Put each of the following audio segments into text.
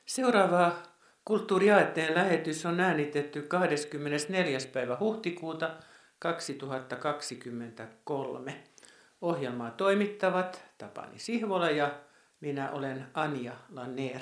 Seuraava Kulttuuriaatteen lähetys on äänitetty 24. päivä huhtikuuta 2023. Ohjelmaa toimittavat Tapani Sihvola ja minä olen Anja Lannér.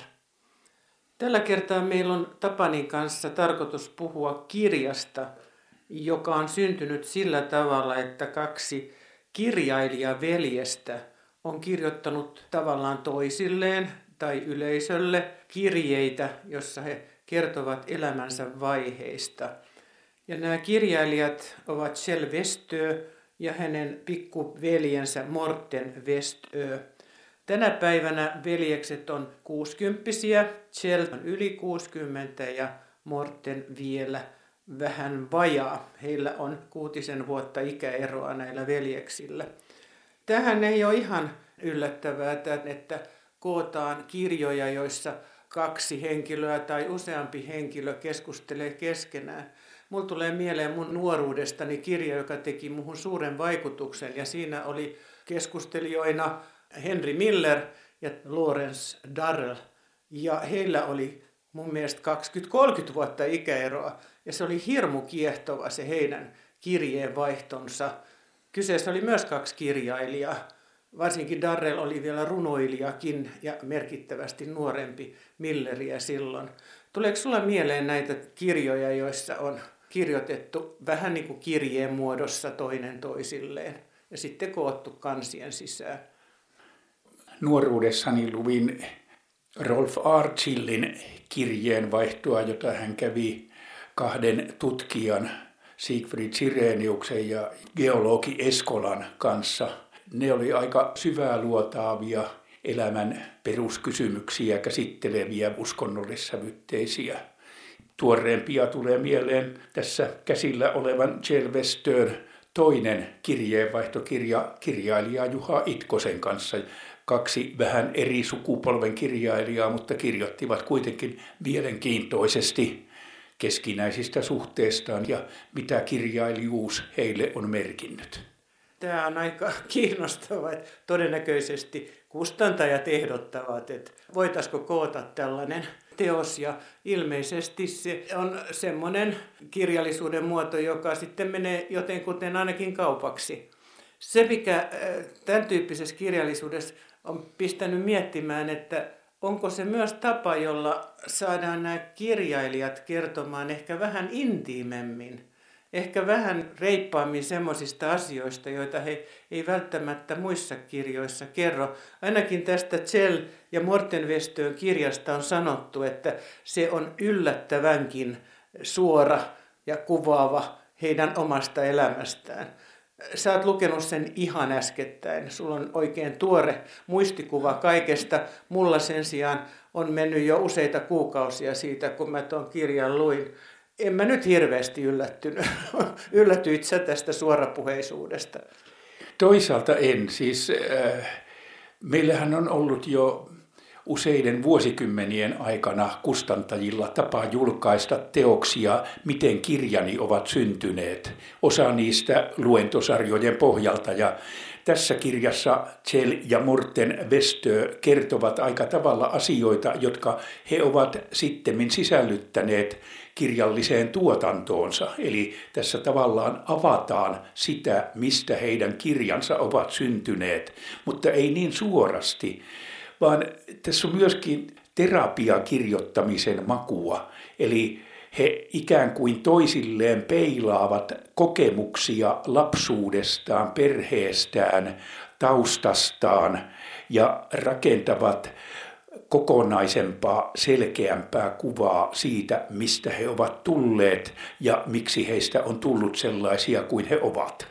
Tällä kertaa meillä on Tapanin kanssa tarkoitus puhua kirjasta, joka on syntynyt sillä tavalla, että kaksi kirjailijaveljestä on kirjoittanut tavallaan toisilleen tai yleisölle kirjeitä, jossa he kertovat elämänsä vaiheista. Ja nämä kirjailijat ovat Kjell Westö ja hänen pikkuveljensä Morten Westö. Tänä päivänä veljekset on 60-vuotiaita, Kjell on yli 60 ja Morten vielä vähän vajaa. Heillä on 6 vuotta ikäeroa näillä veljeksillä. Tähän ei ole ihan yllättävää, että kootaan kirjoja, joissa 2 henkilöä tai useampi henkilö keskustelee keskenään. Mulla tulee mieleen mun nuoruudestani kirja, joka teki muhun suuren vaikutuksen, ja siinä oli keskustelijoina Henry Miller ja Lawrence Durrell. Ja heillä oli mun mielestä 20-30 vuotta ikäeroa, ja se oli hirmu kiehtova se heidän kirjeenvaihtonsa. Kyseessä oli myös 2 kirjailijaa. Varsinkin Durrell oli vielä runoilijakin ja merkittävästi nuorempi Milleriä silloin. Tuleeko sulla mieleen näitä kirjoja, joissa on kirjoitettu vähän niin kuin kirjeen muodossa toinen toisilleen ja sitten koottu kansien sisään? Nuoruudessani luin Rolf Archillin kirjeenvaihtoa, jota hän kävi 2 tutkijan, Siegfried Sireniuksen ja geologi Eskolan kanssa. Ne oli aika syvää luotaavia elämän peruskysymyksiä käsitteleviä uskonnollissävytteisiä. Tuoreempia tulee mieleen tässä käsillä olevan Kjell Westön toinen kirjeenvaihtokirja kirjailija Juha Itkosen kanssa. 2 vähän eri sukupolven kirjailijaa, mutta kirjoittivat kuitenkin mielenkiintoisesti keskinäisistä suhteistaan ja mitä kirjailijuus heille on merkinnyt. Tämä on aika kiinnostavaa, että todennäköisesti kustantajat ehdottavat, että voitaisiko koota tällainen teos, ja ilmeisesti se on semmoinen kirjallisuuden muoto, joka sitten menee jotenkuten ainakin kaupaksi. Se, mikä tämän tyyppisessä kirjallisuudessa on pistänyt miettimään, että onko se myös tapa, jolla saadaan nämä kirjailijat kertomaan ehkä vähän intiimemmin, ehkä vähän reippaammin semmoisista asioista, joita he ei välttämättä muissa kirjoissa kerro. Ainakin tästä Kjell ja Morten Westön kirjasta on sanottu, että se on yllättävänkin suora ja kuvaava heidän omasta elämästään. Sä oot lukenut sen ihan äskettäin. Sulla on oikein tuore muistikuva kaikesta. Mulla sen sijaan on mennyt jo useita kuukausia siitä, kun mä tuon kirjan luin. En mä nyt hirveästi yllättynyt. Yllätyit sä tästä suorapuheisuudesta? Toisaalta en. Siis meillähän on ollut jo useiden vuosikymmenien aikana kustantajilla tapa julkaista teoksia, miten kirjani ovat syntyneet. Osa niistä luentosarjojen pohjalta. Ja tässä kirjassa Kjell ja Morten Westö kertovat aika tavalla asioita, jotka he ovat sittemmin sisällyttäneet kirjalliseen tuotantoonsa. Eli tässä tavallaan avataan sitä, mistä heidän kirjansa ovat syntyneet, mutta ei niin suorasti, vaan tässä on myöskin terapiakirjoittamisen makua. Eli he ikään kuin toisilleen peilaavat kokemuksia lapsuudestaan, perheestään, taustastaan ja rakentavat kokonaisempaa, selkeämpää kuvaa siitä, mistä he ovat tulleet ja miksi heistä on tullut sellaisia kuin he ovat.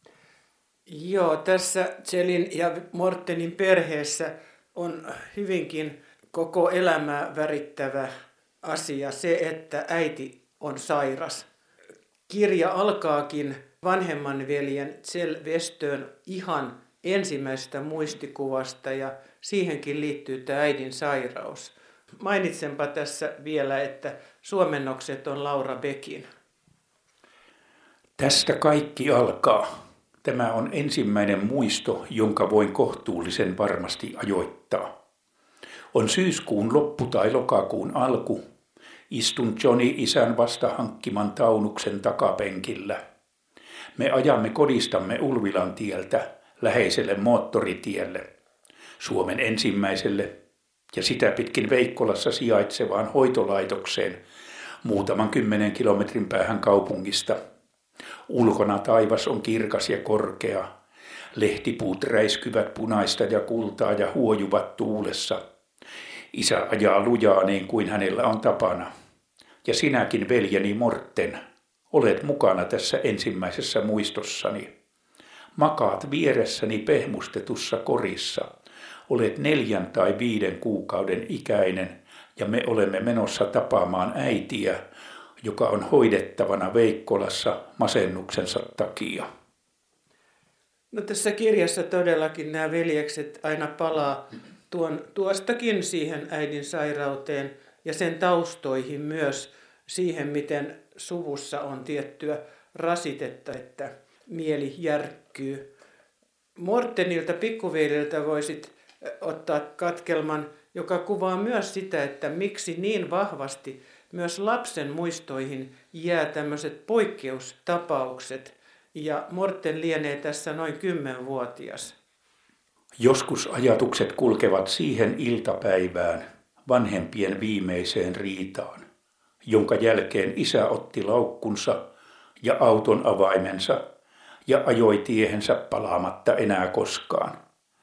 Joo, tässä Kjellin ja Mortenin perheessä on hyvinkin koko elämää värittävä asia se, että äiti on sairas. Kirja alkaakin vanhemman veljen Kjell Westön ihan ensimmäisestä muistikuvasta ja siihenkin liittyy tämä äidin sairaus. Mainitsenpa tässä vielä, että suomennokset on Laura Beckin. Tästä kaikki alkaa. Tämä on ensimmäinen muisto, jonka voin kohtuullisen varmasti ajoittaa. On syyskuun loppu tai lokakuun alku. Istun Johnny isän vasta hankkiman taunuksen takapenkillä. Me ajamme kodistamme Ulvilan tieltä läheiselle moottoritielle, Suomen ensimmäiselle ja sitä pitkin Veikkolassa sijaitsevaan hoitolaitokseen muutaman 10 kilometrin päähän kaupungista. Ulkona taivas on kirkas ja korkea. Lehtipuut räiskyvät punaista ja kultaa ja huojuvat tuulessa. Isä ajaa lujaa niin kuin hänellä on tapana. Ja sinäkin, veljeni Morten, olet mukana tässä ensimmäisessä muistossani. Makaat vieressäni pehmustetussa korissa. Olet 4 tai 5 kuukauden ikäinen ja me olemme menossa tapaamaan äitiä, joka on hoidettavana Veikkolassa masennuksensa takia. No tässä kirjassa todellakin nämä veljekset aina palaa tuostakin siihen äidin sairauteen ja sen taustoihin myös siihen, miten suvussa on tiettyä rasitetta, että mieli järkkyy. Mortenilta, pikkuveljeltä voisit ottaa katkelman, joka kuvaa myös sitä, että miksi niin vahvasti myös lapsen muistoihin jää tämmöiset poikkeustapaukset. Ja Morten lienee tässä noin 10-vuotias. Joskus ajatukset kulkevat siihen iltapäivään, vanhempien viimeiseen riitaan, jonka jälkeen isä otti laukkunsa ja auton avaimensa ja ajoi tiehensä palaamatta enää koskaan.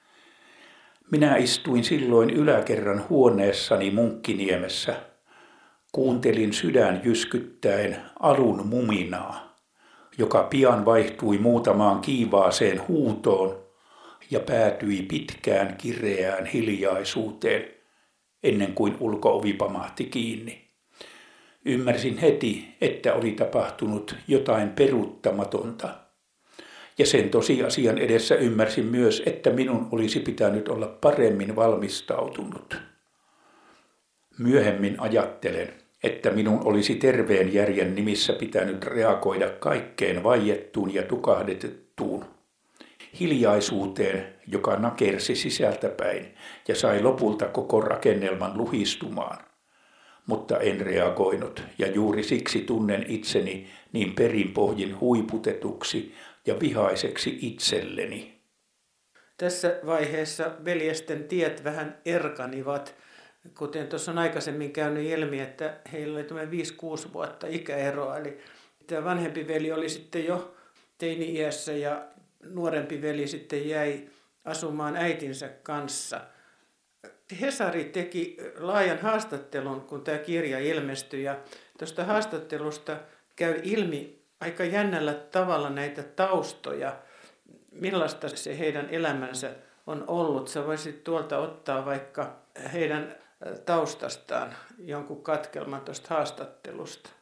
Minä istuin silloin yläkerran huoneessani Munkkiniemessä. Kuuntelin sydän jyskyttäen alun muminaa, joka pian vaihtui muutamaan kiivaaseen huutoon ja päätyi pitkään kireään hiljaisuuteen, ennen kuin ulko-ovi pamahti kiinni. Ymmärsin heti, että oli tapahtunut jotain peruuttamatonta. Ja sen tosiasian edessä ymmärsin myös, että minun olisi pitänyt olla paremmin valmistautunut. Myöhemmin ajattelen, että minun olisi terveen järjen nimissä pitänyt reagoida kaikkeen vaiettuun ja tukahdetettuun. Hiljaisuuteen, joka nakersi sisältäpäin ja sai lopulta koko rakennelman luhistumaan. Mutta en reagoinut ja juuri siksi tunnen itseni niin perinpohjin huiputetuksi ja vihaiseksi itselleni. Tässä vaiheessa veljesten tiet vähän erkanivat, kuten tuossa on aikaisemmin käynyt ilmi, että heillä oli 5-6 vuotta ikäeroa. Eli tämä vanhempi veli oli sitten jo teini-iässä ja nuorempi veli sitten jäi asumaan äitinsä kanssa. Hesari teki laajan haastattelun, kun tämä kirja ilmestyi, ja tuosta haastattelusta käy ilmi aika jännällä tavalla näitä taustoja, millaista se heidän elämänsä on ollut. Sä voisit tuolta ottaa vaikka heidän taustastaan jonkun katkelman tuosta haastattelusta.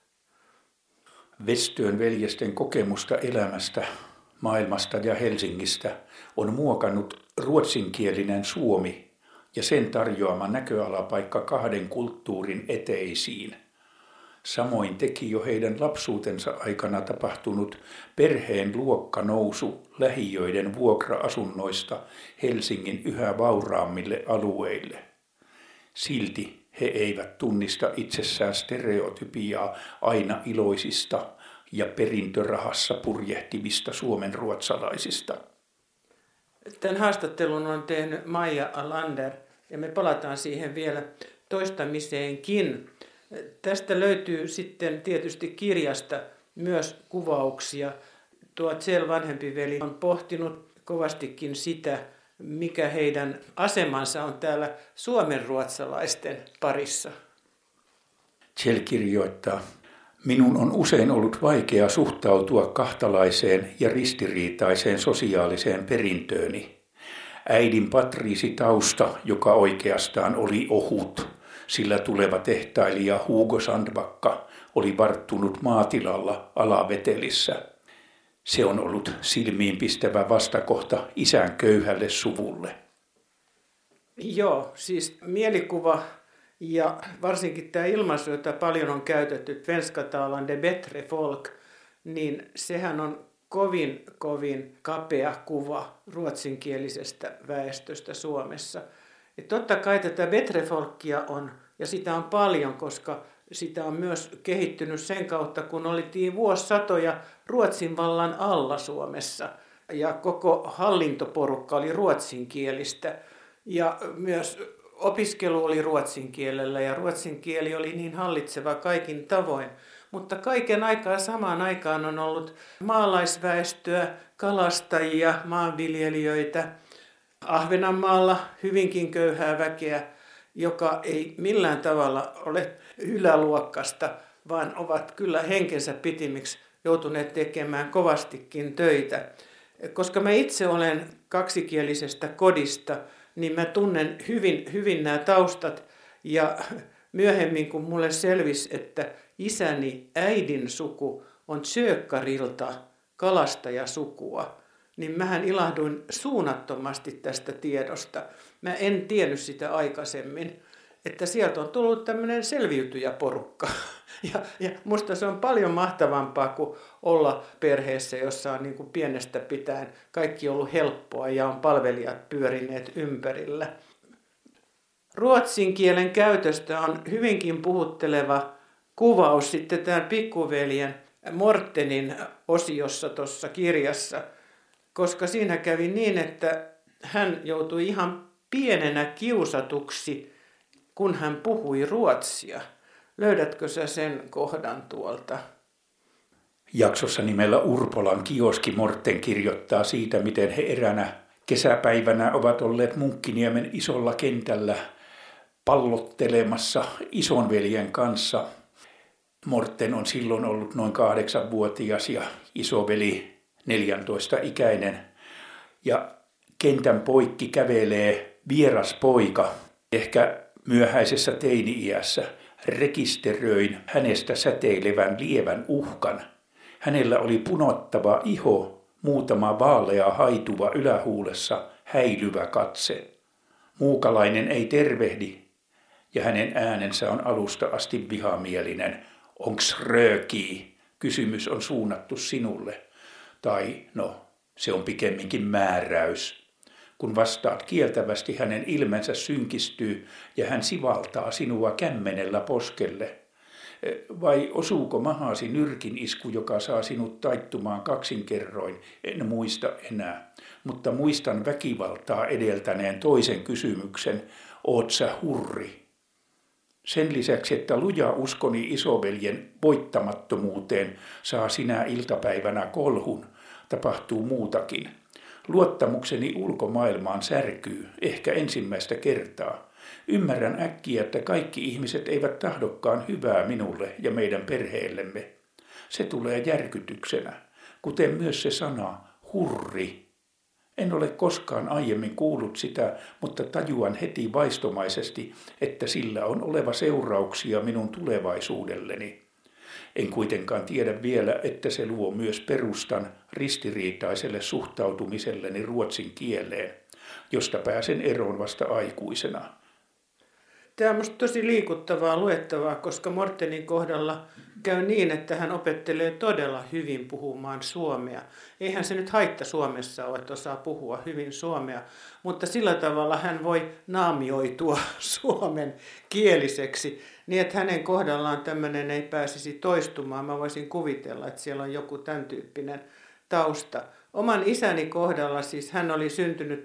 Westön veljesten kokemusta elämästä, maailmasta ja Helsingistä on muokannut ruotsinkielinen Suomi ja sen tarjoama näköalapaikka 2 kulttuurin eteisiin. Samoin teki jo heidän lapsuutensa aikana tapahtunut perheen luokkanousu lähiöiden vuokra-asunnoista Helsingin yhä vauraammille alueille. Silti he eivät tunnista itsessään stereotypiaa aina iloisista ja perintörahassa purjehtivista suomenruotsalaisista. Tämän haastattelun on tehnyt Maija Alander ja me palataan siihen vielä toistamiseenkin. Tästä löytyy sitten tietysti kirjasta myös kuvauksia. Tuo Tsel vanhempi veli on pohtinut kovastikin sitä, mikä heidän asemansa on täällä suomenruotsalaisten parissa. Tsel kirjoittaa, minun on usein ollut vaikea suhtautua kahtalaiseen ja ristiriitaiseen sosiaaliseen perintööni. Äidin patriisitausta, joka oikeastaan oli ohut, sillä tuleva tehtailija Hugo Sandbacka oli varttunut maatilalla Alavetelissä. Se on ollut silmiinpistävä vastakohta isän köyhälle suvulle. Joo, siis mielikuva ja varsinkin tämä ilmaisu, jota paljon on käytetty, Svenskatalan de bättre folk, niin sehän on kovin kapea kuva ruotsinkielisestä väestöstä Suomessa. Ja totta kai tätä vetrefolkkia on, ja sitä on paljon, koska sitä on myös kehittynyt sen kautta, kun oltiin vuosisatoja Ruotsin vallan alla Suomessa. Ja koko hallintoporukka oli ruotsinkielistä. Ja myös opiskelu oli ruotsin kielellä, ja ruotsin kieli oli niin hallitseva kaikin tavoin. Mutta kaiken aikaa samaan aikaan on ollut maalaisväestöä, kalastajia, maanviljelijöitä. Ahvenanmaalla hyvinkin köyhää väkeä, joka ei millään tavalla ole yläluokkasta, vaan ovat kyllä henkensä pitimiksi joutuneet tekemään kovastikin töitä. Koska mä itse olen kaksikielisestä kodista, niin mä tunnen hyvin nämä taustat. Ja myöhemmin, kun mulle selvisi, että isäni äidin suku on Tjökkarilta kalastajasukua, niin mähän ilahduin suunnattomasti tästä tiedosta. Mä en tiennyt sitä aikaisemmin, että sieltä on tullut tämmöinen selviytyjäporukka. Ja musta se on paljon mahtavampaa kuin olla perheessä, jossa on niin kuin pienestä pitäen kaikki ollut helppoa ja on palvelijat pyörineet ympärillä. Ruotsin kielen käytöstä on hyvinkin puhutteleva kuvaus sitten tämän pikkuveljen Mortenin osiossa tuossa kirjassa, koska siinä kävi niin, että hän joutui ihan pienenä kiusatuksi, kun hän puhui ruotsia. Löydätkö sä sen kohdan tuolta? Jaksossa nimellä Urpolan kioski Morten kirjoittaa siitä, miten he eräänä kesäpäivänä ovat olleet Munkkiniemen isolla kentällä pallottelemassa isonveljen kanssa. Morten on silloin ollut noin 8-vuotias ja isoveli 14-ikäinen. Ja kentän poikki kävelee vieras poika, ehkä myöhäisessä teini-iässä. Rekisteröin hänestä säteilevän lievän uhkan. Hänellä oli punottava iho, muutama vaalea haituva ylähuulessa häilyvä katse. Muukalainen ei tervehdi, ja hänen äänensä on alusta asti vihamielinen. Onks röökii? Kysymys on suunnattu sinulle. Tai se on pikemminkin määräys. Kun vastaat kieltävästi, hänen ilmensä synkistyy ja hän sivaltaa sinua kämmenellä poskelle. Vai osuuko mahasi nyrkin isku, joka saa sinut taittumaan kaksinkerroin? En muista enää, mutta muistan väkivaltaa edeltäneen toisen kysymyksen. Oot sä hurri? Sen lisäksi, että luja uskoni isoveljen voittamattomuuteen saa sinä iltapäivänä kolhun, tapahtuu muutakin. Luottamukseni ulkomaailmaan särkyy, ehkä ensimmäistä kertaa. Ymmärrän äkkiä, että kaikki ihmiset eivät tahdokkaan hyvää minulle ja meidän perheellemme. Se tulee järkytyksenä, kuten myös se sana hurri. En ole koskaan aiemmin kuullut sitä, mutta tajuan heti vaistomaisesti, että sillä on oleva seurauksia minun tulevaisuudelleni. En kuitenkaan tiedä vielä, että se luo myös perustan ristiriitaiselle suhtautumiselleni ruotsin kieleen, josta pääsen eroon vasta aikuisena. Tämä on minusta tosi liikuttavaa luettavaa, koska Mortenin kohdalla käy niin, että hän opettelee todella hyvin puhumaan suomea. Eihän se nyt haitta Suomessa ole, että osaa puhua hyvin suomea, mutta sillä tavalla hän voi naamioitua suomen kieliseksi, niin että hänen kohdallaan tämmöinen ei pääsisi toistumaan. Mä voisin kuvitella, että siellä on joku tämän tyyppinen tausta. Oman isäni kohdalla, siis hän oli syntynyt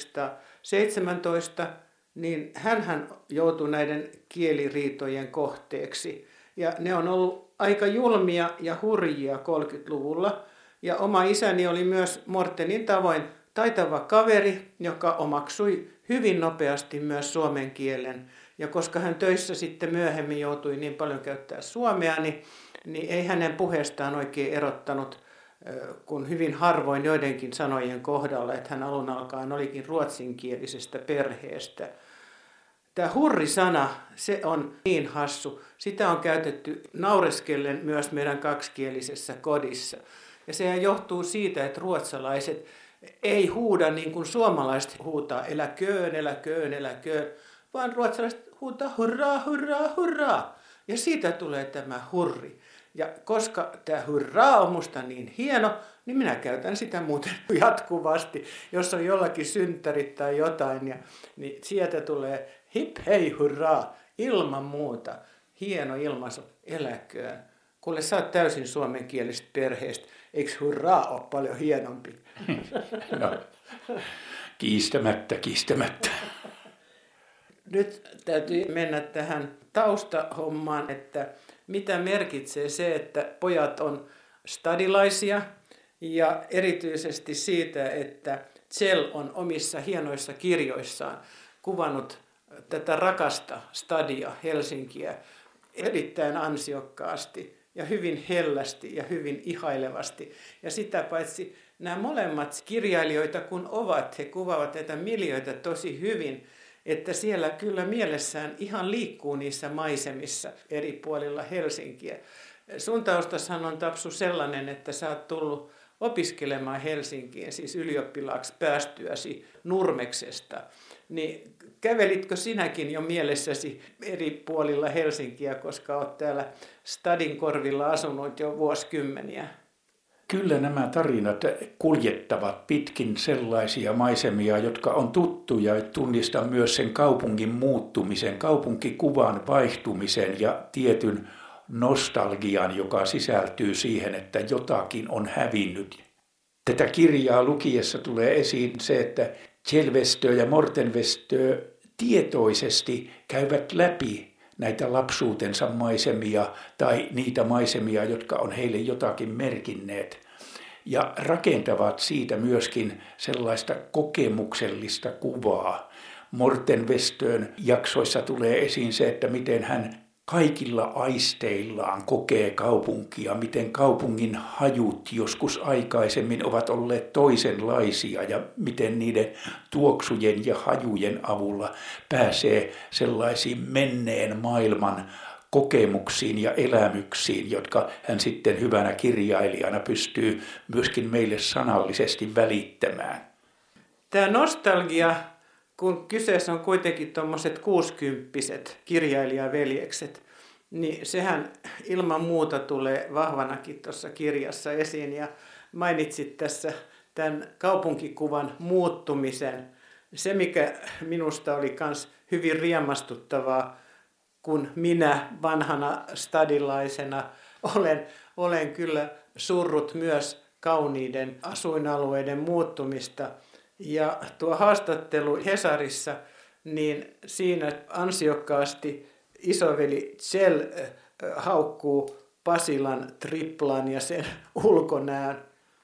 1917, niin hänhän joutui näiden kieliriitojen kohteeksi. Ja ne on ollut aika julmia ja hurjia 30-luvulla. Ja oma isäni oli myös Mortenin tavoin taitava kaveri, joka omaksui hyvin nopeasti myös suomen kielen. Ja koska hän töissä sitten myöhemmin joutui niin paljon käyttää suomea, niin ei hänen puheestaan oikein erottanut kun hyvin harvoin joidenkin sanojen kohdalla, että hän alun alkaen olikin ruotsinkielisestä perheestä. Tämä hurri-sana, se on niin hassu. Sitä on käytetty naureskellen myös meidän kaksikielisessä kodissa. Ja sehän johtuu siitä, että ruotsalaiset ei huuda niin kuin suomalaiset huutaa eläköön, eläköön, eläköön, vaan ruotsalaiset huutaa hurraa, hurraa, hurraa. Ja siitä tulee tämä hurri. Ja koska tämä hurraa on musta niin hieno, niin minä käytän sitä muuten jatkuvasti. Jos on jollakin synttärit tai jotain, niin sieltä tulee hip hei hurraa, ilman muuta. Hieno ilmaisu, eläköön. Kuule, sä oot täysin suomenkielisestä perheestä. Eikö hurraa ole paljon hienompi? No, kiistämättä. Nyt täytyy mennä tähän taustahommaan, että mitä merkitsee se, että pojat on stadilaisia ja erityisesti siitä, että Zell on omissa hienoissa kirjoissaan kuvannut tätä rakasta stadia Helsinkiä erittäin ansiokkaasti ja hyvin hellästi ja hyvin ihailevasti. Ja sitä paitsi nämä molemmat kirjailijoita kun ovat, he kuvaavat näitä miljöitä tosi hyvin, että siellä kyllä mielessään ihan liikkuu niissä maisemissa eri puolilla Helsinkiä. Sun taustassahan on, Tapsu, sellainen, että sä oot tullut opiskelemaan Helsinkiin, siis ylioppilaaksi päästyäsi Nurmeksesta. Niin kävelitkö sinäkin jo mielessäsi eri puolilla Helsinkiä, koska olet täällä stadin korvilla asunut jo vuosikymmeniä? Kyllä nämä tarinat kuljettavat pitkin sellaisia maisemia, jotka on tuttuja, ja tunnistan myös sen kaupungin muuttumisen, kaupunkikuvan vaihtumisen ja tietyn nostalgian, joka sisältyy siihen, että jotakin on hävinnyt. Tätä kirjaa lukiessa tulee esiin se, että Kjell Westö ja Morten Westö tietoisesti käyvät läpi näitä lapsuutensa maisemia tai niitä maisemia, jotka on heille jotakin merkinneet. Ja rakentavat siitä myöskin sellaista kokemuksellista kuvaa. Morten Westön jaksoissa tulee esiin se, että miten hän kaikilla aisteillaan kokee kaupunkia, miten kaupungin hajut joskus aikaisemmin ovat olleet toisenlaisia ja miten niiden tuoksujen ja hajujen avulla pääsee sellaisiin menneen maailman kokemuksiin ja elämyksiin, jotka hän sitten hyvänä kirjailijana pystyy myöskin meille sanallisesti välittämään. Tämä nostalgia, kun kyseessä on kuitenkin tuommoiset 60-vuotiaat kirjailijaveljekset, niin sehän ilman muuta tulee vahvanakin tuossa kirjassa esiin. Ja mainitsit tässä tämän kaupunkikuvan muuttumisen. Se, mikä minusta oli myös hyvin riemastuttavaa, kun minä vanhana stadilaisena olen kyllä surrut myös kauniiden asuinalueiden muuttumista. Ja tuo haastattelu Hesarissa, niin siinä ansiokkaasti isoveli Kjell haukkuu Pasilan triplan ja sen ulkonäön.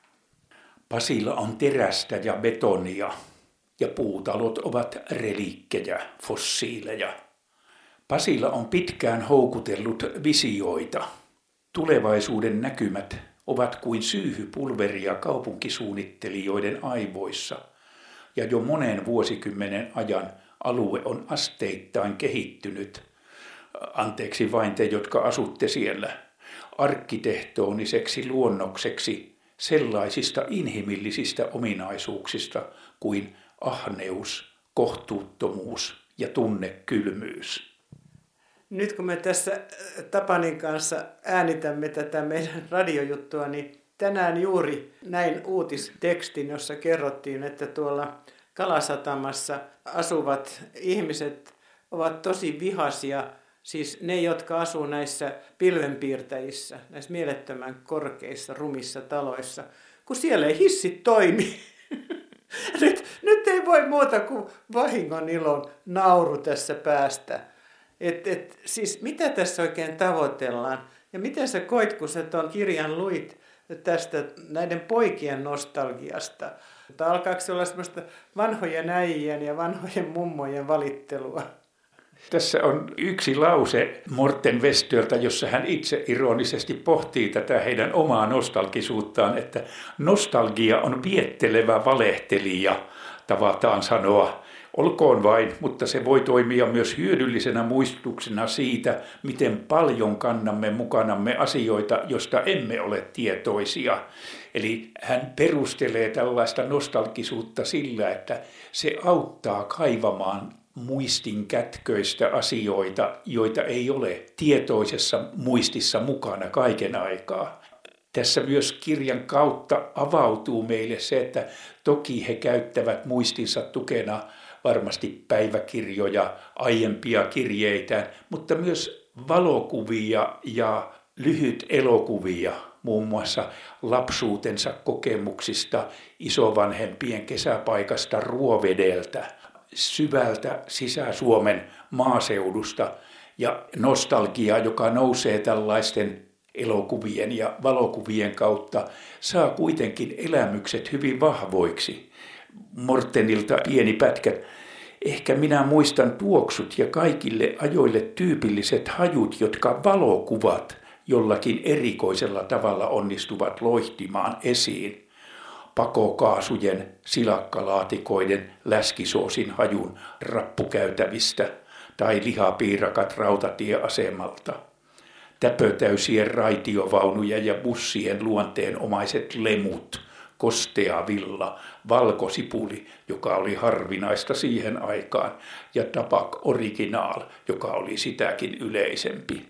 Pasila on terästä ja betonia ja puutalot ovat reliikkejä, fossiileja. Pasila on pitkään houkutellut visioita. Tulevaisuuden näkymät ovat kuin syyhypulveria kaupunkisuunnittelijoiden aivoissa. Ja jo monen vuosikymmenen ajan alue on asteittain kehittynyt. Anteeksi vain te, jotka asutte siellä. Arkkitehtooniseksi luonnokseksi sellaisista inhimillisistä ominaisuuksista kuin ahneus, kohtuuttomuus ja tunnekylmyys. Nyt kun me tässä Tapanin kanssa äänitämme tätä meidän radiojuttua, niin tänään juuri näin uutistekstin, jossa kerrottiin, että tuolla Kalasatamassa asuvat ihmiset ovat tosi vihaisia, siis ne, jotka asuu näissä pilvenpiirtäjissä, näissä mielettömän korkeissa, rumissa taloissa, kun siellä ei hissit toimi. Nyt ei voi muuta kuin vahingon ilon nauru tässä päästä. Siis mitä tässä oikein tavoitellaan? Ja miten sä koit, kun sä tuon kirjan luit tästä näiden poikien nostalgiasta? Alkaako se olla semmoista vanhojen äijien ja vanhojen mummojen valittelua? Tässä on yksi lause Morten Westöltä, jossa hän itse ironisesti pohtii tätä heidän omaa nostalgisuuttaan, että nostalgia on viettelevä valehtelija, tavataan sanoa. Olkoon vain, mutta se voi toimia myös hyödyllisenä muistutuksena siitä, miten paljon kannamme mukanamme asioita, joista emme ole tietoisia. Eli hän perustelee tällaista nostalgisuutta sillä, että se auttaa kaivamaan muistin kätköistä asioita, joita ei ole tietoisessa muistissa mukana kaiken aikaa. Tässä myös kirjan kautta avautuu meille se, että toki he käyttävät muistinsa tukena varmasti päiväkirjoja, aiempia kirjeitä, mutta myös valokuvia ja lyhyt elokuvia, muun muassa lapsuutensa kokemuksista isovanhempien kesäpaikasta Ruovedeltä, syvältä Sisä-Suomen maaseudusta ja nostalgia, joka nousee tällaisten elokuvien ja valokuvien kautta, saa kuitenkin elämykset hyvin vahvoiksi. Mortenilta pieni pätkä. Ehkä minä muistan tuoksut ja kaikille ajoille tyypilliset hajut, jotka valokuvat jollakin erikoisella tavalla onnistuvat loihtimaan esiin. Pakokaasujen, silakkalaatikoiden, läskisoosin hajun rappukäytävistä tai lihapiirakat rautatieasemalta. Täpötäysien raitiovaunujen ja bussien luonteenomaiset lemut, kostea villa, valkosipuli, joka oli harvinaista siihen aikaan, ja tapak original, joka oli sitäkin yleisempi.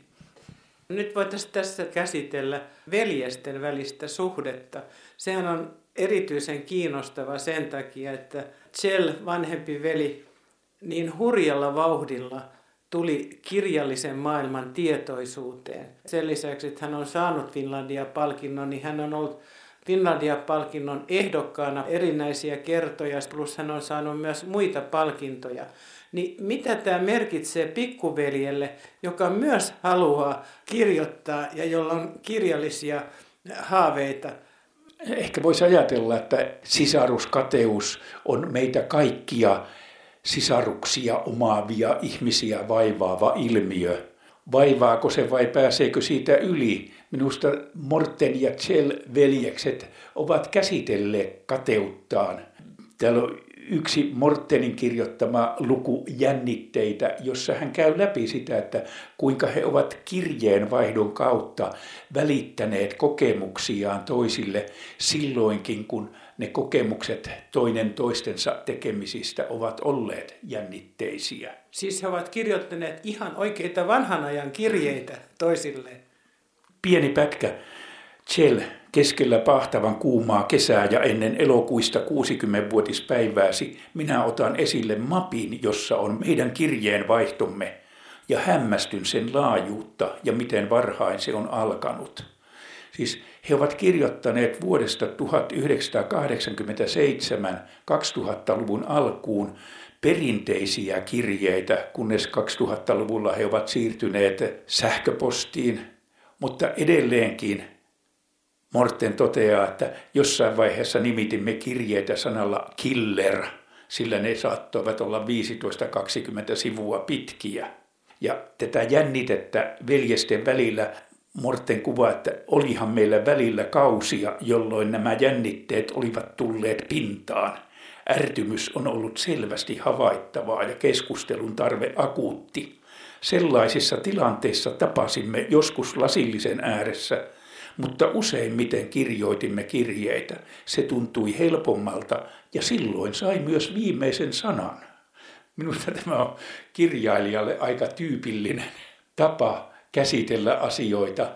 Nyt voitaisiin tässä käsitellä veljesten välistä suhdetta. Sehän on erityisen kiinnostava sen takia, että Kjell, vanhempi veli, niin hurjalla vauhdilla tuli kirjallisen maailman tietoisuuteen. Sen lisäksi, että hän on saanut Finlandia-palkinnon, niin hän on ollut Finlandia-palkinnon ehdokkaana erinäisiä kertoja, plus hän on saanut myös muita palkintoja. Niin mitä tämä merkitsee pikkuveljelle, joka myös haluaa kirjoittaa ja jolla on kirjallisia haaveita? Ehkä voisi ajatella, että sisaruskateus on meitä kaikkia sisaruksia omaavia ihmisiä vaivaava ilmiö. Vaivaako se vai pääseekö siitä yli? Minusta Morten ja Kjell veljekset ovat käsitelleet kateuttaan. Täällä on yksi Mortenin kirjoittama luku jännitteitä, jossa hän käy läpi sitä, että kuinka he ovat kirjeenvaihdon kautta välittäneet kokemuksiaan toisille silloinkin, kun ne kokemukset toinen toistensa tekemisistä ovat olleet jännitteisiä. Siis he ovat kirjoittaneet ihan oikeita vanhan ajan kirjeitä toisilleen. Pieni pätkä. Kjell, keskellä pahtavan kuumaa kesää ja ennen elokuista 60-vuotispäivääsi minä otan esille mapin, jossa on meidän kirjeenvaihtomme, ja hämmästyn sen laajuutta ja miten varhain se on alkanut. Siis he ovat kirjoittaneet vuodesta 1987 2000-luvun alkuun perinteisiä kirjeitä, kunnes 2000-luvulla he ovat siirtyneet sähköpostiin, mutta edelleenkin Morten toteaa, että jossain vaiheessa nimitimme kirjeitä sanalla killer, sillä ne saattoivat olla 15-20 sivua pitkiä. Ja tätä jännitettä veljesten välillä Morten kuvaa, että olihan meillä välillä kausia, jolloin nämä jännitteet olivat tulleet pintaan. Ärtymys on ollut selvästi havaittavaa ja keskustelun tarve akuutti. Sellaisissa tilanteissa tapasimme joskus lasillisen ääressä, mutta useimmiten kirjoitimme kirjeitä. Se tuntui helpommalta ja silloin sai myös viimeisen sanan. Minusta tämä on kirjailijalle aika tyypillinen tapa käsitellä asioita,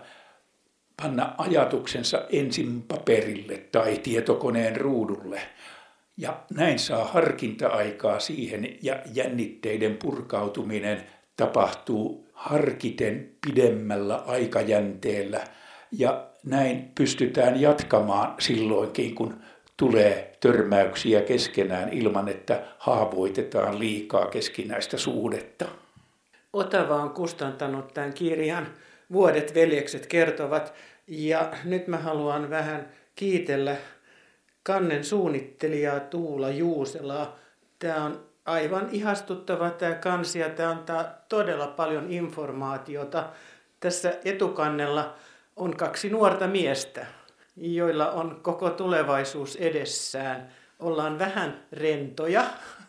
panna ajatuksensa ensin paperille tai tietokoneen ruudulle. Ja näin saa harkinta-aikaa siihen ja jännitteiden purkautuminen tapahtuu harkiten pidemmällä aikajänteellä. Ja näin pystytään jatkamaan silloinkin, kun tulee törmäyksiä keskenään ilman, että haavoitetaan liikaa keskinäistä suhdetta. Otava on kustantanut tämän kirjan Vuodet veljekset kertovat, ja nyt mä haluan vähän kiitellä kannen suunnittelijaa Tuula Juuselaa. Tämä on aivan ihastuttava tämä kansi ja tämä antaa todella paljon informaatiota. Tässä etukannella on 2 nuorta miestä, joilla on koko tulevaisuus edessään. Ollaan vähän rentoja,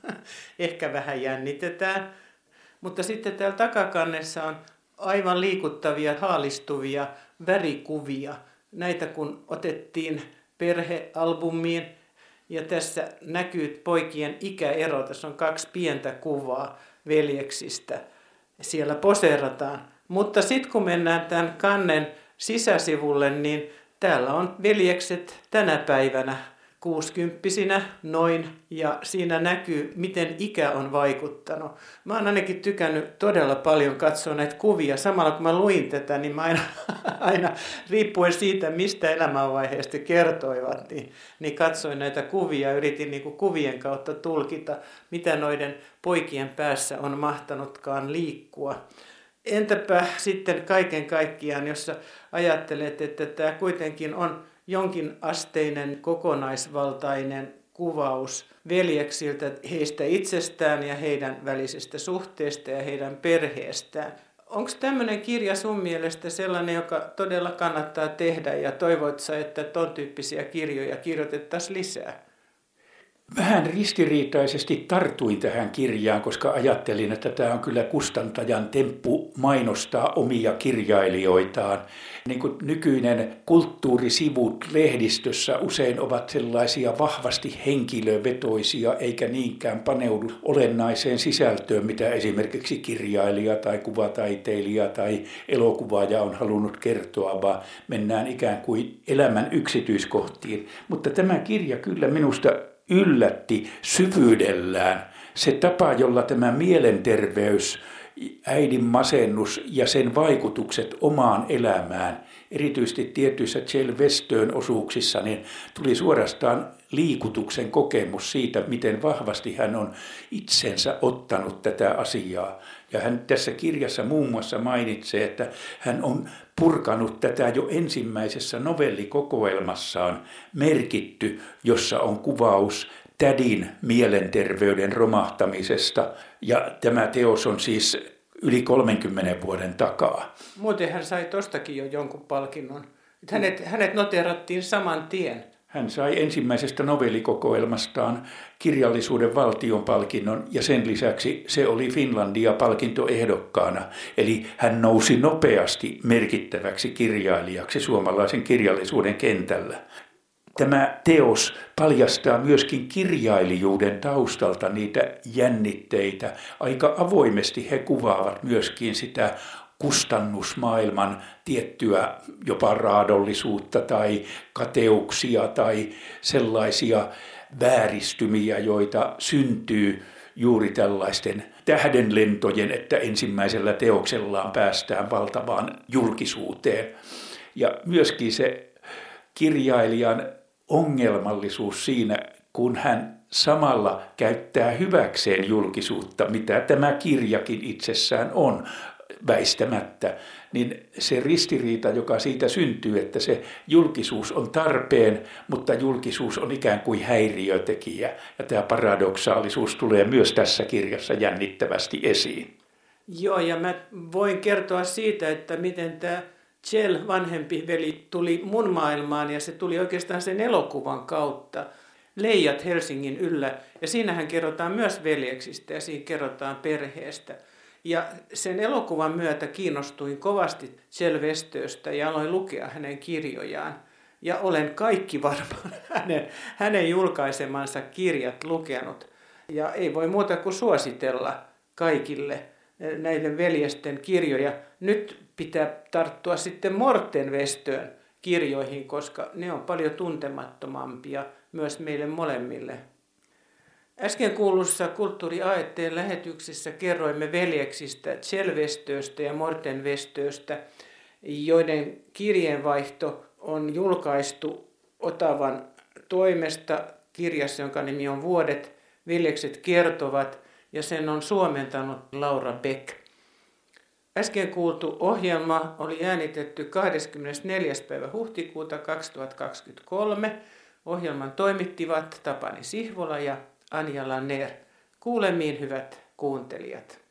ehkä vähän jännitetään, mutta sitten täällä takakannessa on aivan liikuttavia, haalistuvia värikuvia. Näitä kun otettiin perhealbumiin ja tässä näkyy poikien ikäero. Tässä on 2 pientä kuvaa. veljeksistä. Siellä poseerataan. Mutta sitten kun mennään tämän kannen sisäsivulle, niin täällä on veljekset tänä päivänä 60-vuotiaina noin, ja siinä näkyy, miten ikä on vaikuttanut. Mä oon ainakin tykännyt todella paljon katsoa näitä kuvia. Samalla kun mä luin tätä, niin mä aina riippuen siitä, mistä elämänvaiheesta kertoivat, niin katsoin näitä kuvia ja yritin niin kuin kuvien kautta tulkita, mitä noiden poikien päässä on mahtanutkaan liikkua. Entäpä sitten kaiken kaikkiaan, jos ajattelet, että tämä kuitenkin on jonkin asteinen kokonaisvaltainen kuvaus veljeksiltä, heistä itsestään ja heidän välisestä suhteesta ja heidän perheestään. Onko tämmöinen kirja sun mielestä sellainen, joka todella kannattaa tehdä, ja toivoit sä, että ton tyyppisiä kirjoja kirjoitettaisiin lisää? Vähän ristiriitaisesti tartuin tähän kirjaan, koska ajattelin, että tämä on kyllä kustantajan temppu mainostaa omia kirjailijoitaan. Niin kuin nykyinen kulttuurisivut lehdistössä usein ovat sellaisia vahvasti henkilövetoisia, eikä niinkään paneudu olennaiseen sisältöön, mitä esimerkiksi kirjailija tai kuvataiteilija tai elokuvaaja on halunnut kertoa, vaan mennään ikään kuin elämän yksityiskohtiin. Mutta tämä kirja kyllä minusta yllätti syvyydellään se tapa, jolla tämä mielenterveys, äidin masennus ja sen vaikutukset omaan elämään, erityisesti tietyissä Kjell Westön osuuksissa, niin tuli suorastaan liikutuksen kokemus siitä, miten vahvasti hän on itsensä ottanut tätä asiaa. Ja hän tässä kirjassa muun muassa mainitsee, että hän on purkanut tätä jo ensimmäisessä novellikokoelmassaan merkitty, jossa on kuvaus tädin mielenterveyden romahtamisesta. Ja tämä teos on siis yli 30 vuoden takaa. Muuten hän sai tostakin jo jonkun palkinnon. Hänet noteerattiin saman tien. Hän sai ensimmäisestä novellikokoelmastaan kirjallisuuden valtionpalkinnon ja sen lisäksi se oli Finlandia-palkintoehdokkaana. Eli hän nousi nopeasti merkittäväksi kirjailijaksi suomalaisen kirjallisuuden kentällä. Tämä teos paljastaa myöskin kirjailijuuden taustalta niitä jännitteitä. Aika avoimesti he kuvaavat myöskin sitä kustannusmaailman tiettyä jopa raadollisuutta tai kateuksia tai sellaisia vääristymiä, joita syntyy juuri tällaisten tähdenlentojen, että ensimmäisellä teoksellaan päästään valtavaan julkisuuteen. Ja myöskin se kirjailijan ongelmallisuus siinä, kun hän samalla käyttää hyväkseen julkisuutta, mitä tämä kirjakin itsessään on väistämättä, niin se ristiriita, joka siitä syntyy, että se julkisuus on tarpeen, mutta julkisuus on ikään kuin häiriötekijä. Ja tämä paradoksaalisuus tulee myös tässä kirjassa jännittävästi esiin. Joo, ja mä voin kertoa siitä, että miten tämä Kjell, vanhempi veli, tuli mun maailmaan, ja se tuli oikeastaan sen elokuvan kautta. Leijat Helsingin yllä, ja siinähän kerrotaan myös veljeksistä, ja siinä kerrotaan perheestä. Ja sen elokuvan myötä kiinnostuin kovasti Kjell Westöstä ja aloin lukea hänen kirjojaan. Ja olen kaikki varmaan hänen julkaisemansa kirjat lukenut. Ja ei voi muuta kuin suositella kaikille näiden veljesten kirjoja. Nyt pitää tarttua sitten Morten Westöön kirjoihin, koska ne on paljon tuntemattomampia myös meille molemmille. Äsken kuulussa Kulttuuri AET:n lähetyksessä kerroimme veljeksistä Kjell Westöstä ja Morten Westöstä, joiden kirjeenvaihto on julkaistu Otavan toimesta kirjassa, jonka nimi on Vuodet, veljekset kertovat, ja sen on suomentanut Laura Beck. Äsken kuultu ohjelma oli äänitetty 24. päivä huhtikuuta 2023. Ohjelman toimittivat Tapani Sihvola ja Anja Lanner. Kuulemiin, hyvät kuuntelijat.